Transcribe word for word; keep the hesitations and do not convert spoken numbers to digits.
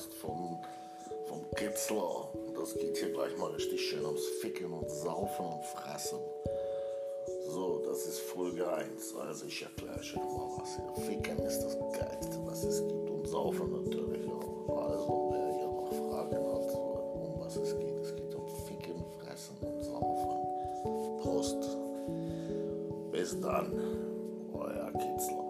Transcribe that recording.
Podcast von, vom Kitzler. Das geht hier gleich mal richtig schön ums Ficken und Saufen und Fressen. So, das ist Folge eins. Also ich erkläre euch mal was hier. Ficken ist das Geilste, was es gibt. Und Saufen natürlich auch. Also wer hier noch Fragen hat, um was es geht. Es geht um Ficken, Fressen und Saufen. Prost. Bis dann. Euer Kitzler.